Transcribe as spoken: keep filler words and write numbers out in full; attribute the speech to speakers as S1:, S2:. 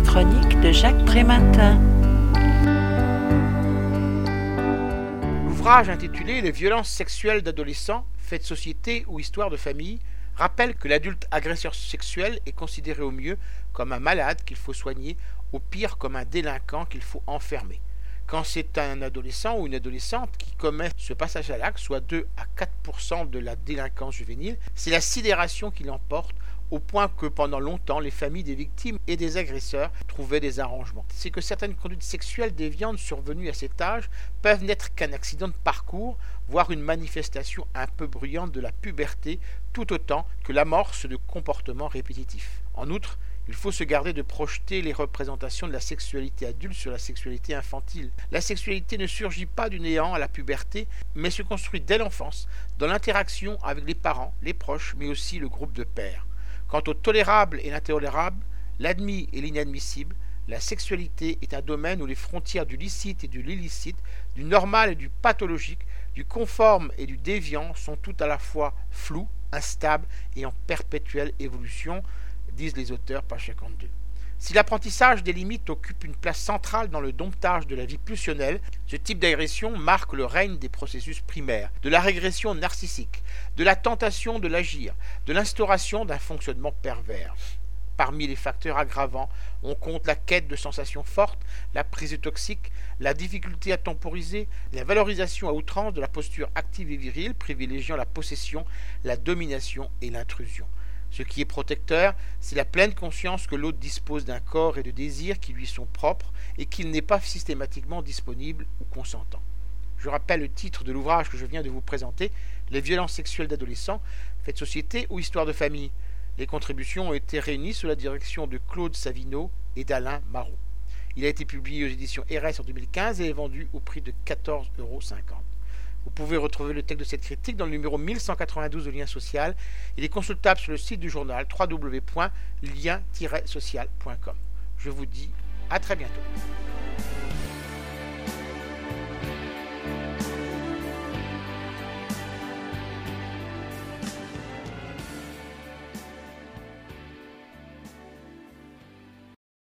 S1: chroniques de Jacques Prématin.
S2: L'ouvrage intitulé « Les violences sexuelles d'adolescents, faits de société ou histoire de famille » rappelle que l'adulte agresseur sexuel est considéré au mieux comme un malade qu'il faut soigner, au pire comme un délinquant qu'il faut enfermer. Quand c'est un adolescent ou une adolescente qui commet ce passage à l'acte, soit deux à quatre pour cent de la délinquance juvénile, c'est la sidération qui l'emporte, au point que pendant longtemps, les familles des victimes et des agresseurs trouvaient des arrangements. C'est que certaines conduites sexuelles déviantes survenues à cet âge peuvent n'être qu'un accident de parcours, voire une manifestation un peu bruyante de la puberté, tout autant que l'amorce de comportements répétitifs. En outre, il faut se garder de projeter les représentations de la sexualité adulte sur la sexualité infantile. La sexualité ne surgit pas du néant à la puberté, mais se construit dès l'enfance, dans l'interaction avec les parents, les proches, mais aussi le groupe de pairs. Quant au tolérable et l'intolérable, l'admis et l'inadmissible, la sexualité est un domaine où les frontières du licite et de l'illicite, du normal et du pathologique, du conforme et du déviant sont tout à la fois floues, instables et en perpétuelle évolution, disent les auteurs, page cinquante-deux. Si l'apprentissage des limites occupe une place centrale dans le domptage de la vie pulsionnelle, ce type d'agression marque le règne des processus primaires, de la régression narcissique, de la tentation de l'agir, de l'instauration d'un fonctionnement pervers. Parmi les facteurs aggravants, on compte la quête de sensations fortes, la prise de toxiques, la difficulté à temporiser, la valorisation à outrance de la posture active et virile, privilégiant la possession, la domination et l'intrusion. Ce qui est protecteur, c'est la pleine conscience que l'autre dispose d'un corps et de désirs qui lui sont propres et qu'il n'est pas systématiquement disponible ou consentant. Je rappelle le titre de l'ouvrage que je viens de vous présenter, « Les violences sexuelles d'adolescents, faits de société ou histoire de famille ». Les contributions ont été réunies sous la direction de Claude Savino et d'Alain Marot. Il a été publié aux éditions R S en deux mille quinze et est vendu au prix de quatorze euros cinquante. Vous pouvez retrouver le texte de cette critique dans le numéro mille cent quatre-vingt-douze de Lien Social. Il est consultable sur le site du journal w w w point lien tiret social point com. Je vous dis à très bientôt.